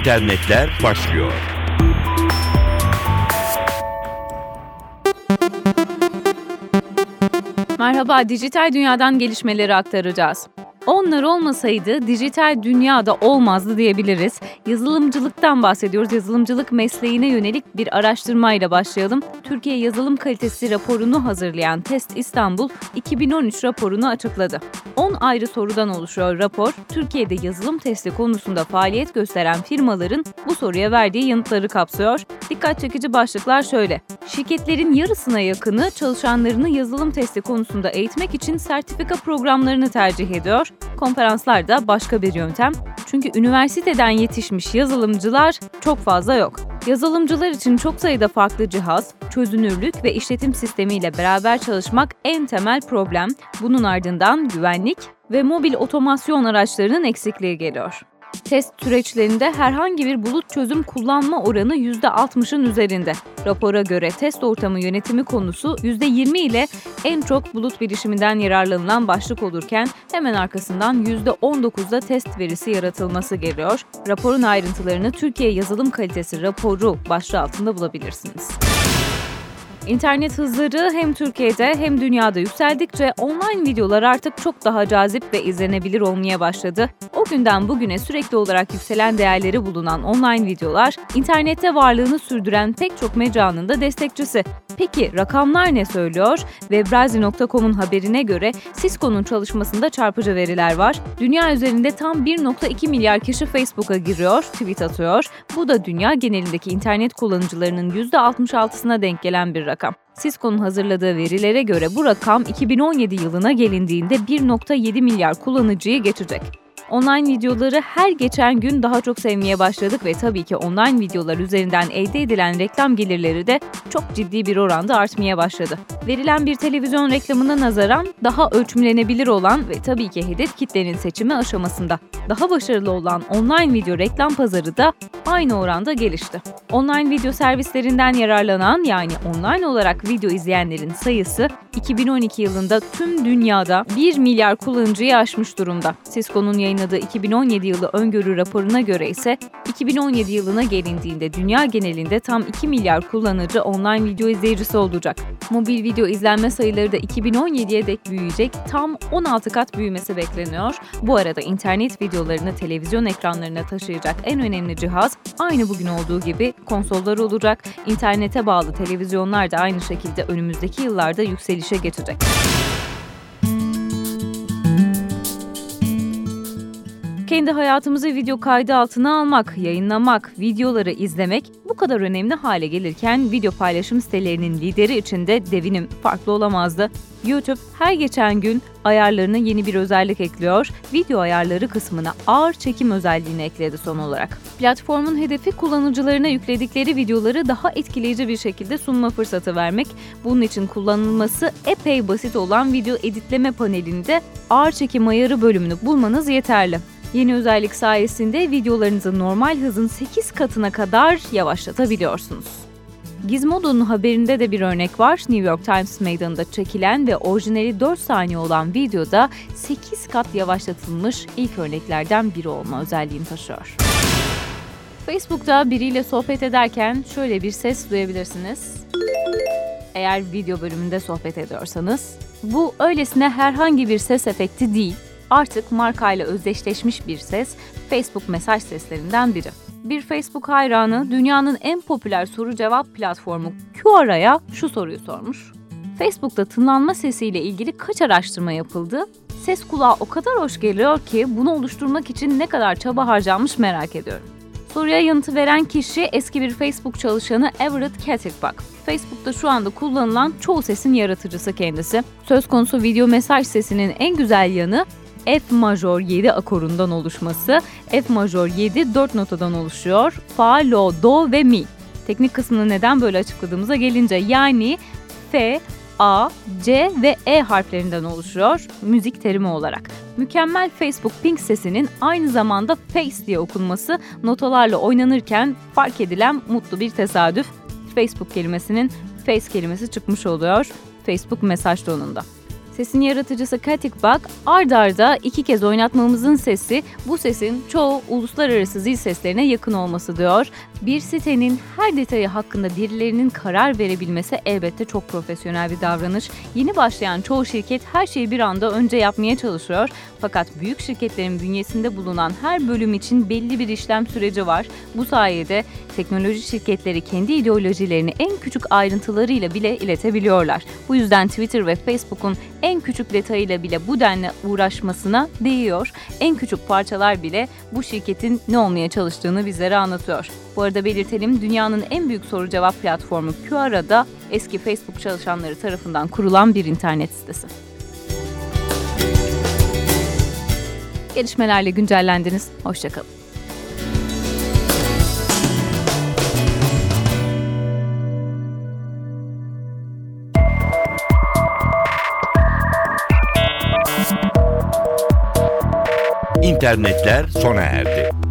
internetler başlıyor. Merhaba, dijital dünyadan gelişmeleri aktaracağız. Onlar olmasaydı dijital dünyada olmazdı diyebiliriz. Yazılımcılıktan bahsediyoruz. Yazılımcılık mesleğine yönelik bir araştırmayla başlayalım. Türkiye Yazılım Kalitesi raporunu hazırlayan Test İstanbul 2013 raporunu açıkladı. 10 ayrı sorudan oluşuyor rapor. Türkiye'de yazılım testi konusunda faaliyet gösteren firmaların bu soruya verdiği yanıtları kapsıyor. Dikkat çekici başlıklar şöyle. Şirketlerin yarısına yakını çalışanlarını yazılım testi konusunda eğitmek için sertifika programlarını tercih ediyor. Konferanslar da başka bir yöntem. Çünkü üniversiteden yetişmiş yazılımcılar çok fazla yok. Yazılımcılar için çok sayıda farklı cihaz, çözünürlük ve işletim sistemiyle beraber çalışmak en temel problem. Bunun ardından güvenlik ve mobil otomasyon araçlarının eksikliği geliyor. Test süreçlerinde herhangi bir bulut çözüm kullanma oranı %60'ın üzerinde. Rapora göre test ortamı yönetimi konusu %20 ile en çok bulut bilişiminden yararlanılan başlık olurken hemen arkasından %19'da test verisi yaratılması geliyor. Raporun ayrıntılarını Türkiye Yazılım Kalitesi raporu başlığı altında bulabilirsiniz. İnternet hızları hem Türkiye'de hem dünyada yükseldikçe online videolar artık çok daha cazip ve izlenebilir olmaya başladı. O günden bugüne sürekli olarak yükselen değerleri bulunan online videolar, internette varlığını sürdüren pek çok mecranın da destekçisi. Peki rakamlar ne söylüyor? Webrazi.com'un haberine göre Cisco'nun çalışmasında çarpıcı veriler var. Dünya üzerinde tam 1,2 milyar kişi Facebook'a giriyor, tweet atıyor. Bu da dünya genelindeki internet kullanıcılarının %66'sına denk gelen bir rakam. Cisco'nun hazırladığı verilere göre bu rakam 2017 yılına gelindiğinde 1,7 milyar kullanıcıyı geçecek. Online videoları her geçen gün daha çok sevmeye başladık ve tabii ki online videolar üzerinden elde edilen reklam gelirleri de çok ciddi bir oranda artmaya başladı. Verilen bir televizyon reklamına nazaran daha ölçümlenebilir olan ve tabii ki hedef kitlenin seçimi aşamasında daha başarılı olan online video reklam pazarı da aynı oranda gelişti. Online video servislerinden yararlanan yani online olarak video izleyenlerin sayısı 2012 yılında tüm dünyada 1 milyar kullanıcıyı aşmış durumda. Cisco'nun yayınladığı 2017 yılı öngörü raporuna göre ise 2017 yılına gelindiğinde dünya genelinde tam 2 milyar kullanıcı online video izleyicisi olacak. Mobil video izlenme sayıları da 2017'ye dek büyüyecek, tam 16 kat büyümesi bekleniyor. Bu arada internet videolarını televizyon ekranlarına taşıyacak en önemli cihaz aynı bugün olduğu gibi konsollar olacak. İnternete bağlı televizyonlar da aynı şekilde önümüzdeki yıllarda yükselişe geçecek. Kendi hayatımızı video kaydı altına almak, yayınlamak, videoları izlemek bu kadar önemli hale gelirken video paylaşım sitelerinin lideri için de devinim farklı olamazdı. YouTube her geçen gün ayarlarına yeni bir özellik ekliyor. Video ayarları kısmına ağır çekim özelliğini ekledi son olarak. Platformun hedefi kullanıcılarına yükledikleri videoları daha etkileyici bir şekilde sunma fırsatı vermek. Bunun için kullanılması epey basit olan video editleme panelinde ağır çekim ayarı bölümünü bulmanız yeterli. Yeni özellik sayesinde videolarınızı normal hızın 8 katına kadar yavaşlatabiliyorsunuz. Gizmodo'nun haberinde de bir örnek var. New York Times meydanında çekilen ve orijinali 4 saniye olan videoda 8 kat yavaşlatılmış ilk örneklerden biri olma özelliğini taşıyor. Facebook'ta biriyle sohbet ederken şöyle bir ses duyabilirsiniz. Eğer video bölümünde sohbet ediyorsanız, bu öylesine herhangi bir ses efekti değil. Artık markayla özdeşleşmiş bir ses, Facebook mesaj seslerinden biri. Bir Facebook hayranı dünyanın en popüler soru-cevap platformu Quora'ya şu soruyu sormuş. Facebook'ta tınlanma sesiyle ilgili kaç araştırma yapıldı? Ses kulağa o kadar hoş geliyor ki bunu oluşturmak için ne kadar çaba harcanmış merak ediyorum. Soruya yanıtı veren kişi eski bir Facebook çalışanı Everett Catilbach. Facebook'ta şu anda kullanılan çoğu sesin yaratıcısı kendisi. Söz konusu video mesaj sesinin en güzel yanı F majör 7 akorundan oluşması. F majör 7 4 notadan oluşuyor. Fa, lo, do ve mi. Teknik kısmını neden böyle açıkladığımıza gelince yani F, A, C ve E harflerinden oluşuyor müzik terimi olarak. Mükemmel Facebook ping sesinin aynı zamanda face diye okunması notalarla oynanırken fark edilen mutlu bir tesadüf. Facebook kelimesinin face kelimesi çıkmış oluyor Facebook mesaj tonunda. Sesin yaratıcısı Katik Bak, ard arda 2 kez oynatmamızın sesi, bu sesin çoğu uluslararası zil seslerine yakın olması diyor. Bir sitenin her detayı hakkında birilerinin karar verebilmesi elbette çok profesyonel bir davranış. Yeni başlayan çoğu şirket her şeyi bir anda önce yapmaya çalışıyor. Fakat büyük şirketlerin bünyesinde bulunan her bölüm için belli bir işlem süreci var. Bu sayede teknoloji şirketleri kendi ideolojilerini en küçük ayrıntılarıyla bile iletebiliyorlar. Bu yüzden Twitter ve Facebook'un en küçük detayıyla bile bu denli uğraşmasına değiyor. En küçük parçalar bile bu şirketin ne olmaya çalıştığını bizlere anlatıyor. Bu arada belirtelim, dünyanın en büyük soru cevap platformu Quora'da eski Facebook çalışanları tarafından kurulan bir internet sitesi. Gelişmelerle güncellendiniz. Hoşça kalın. İnternetler sona erdi.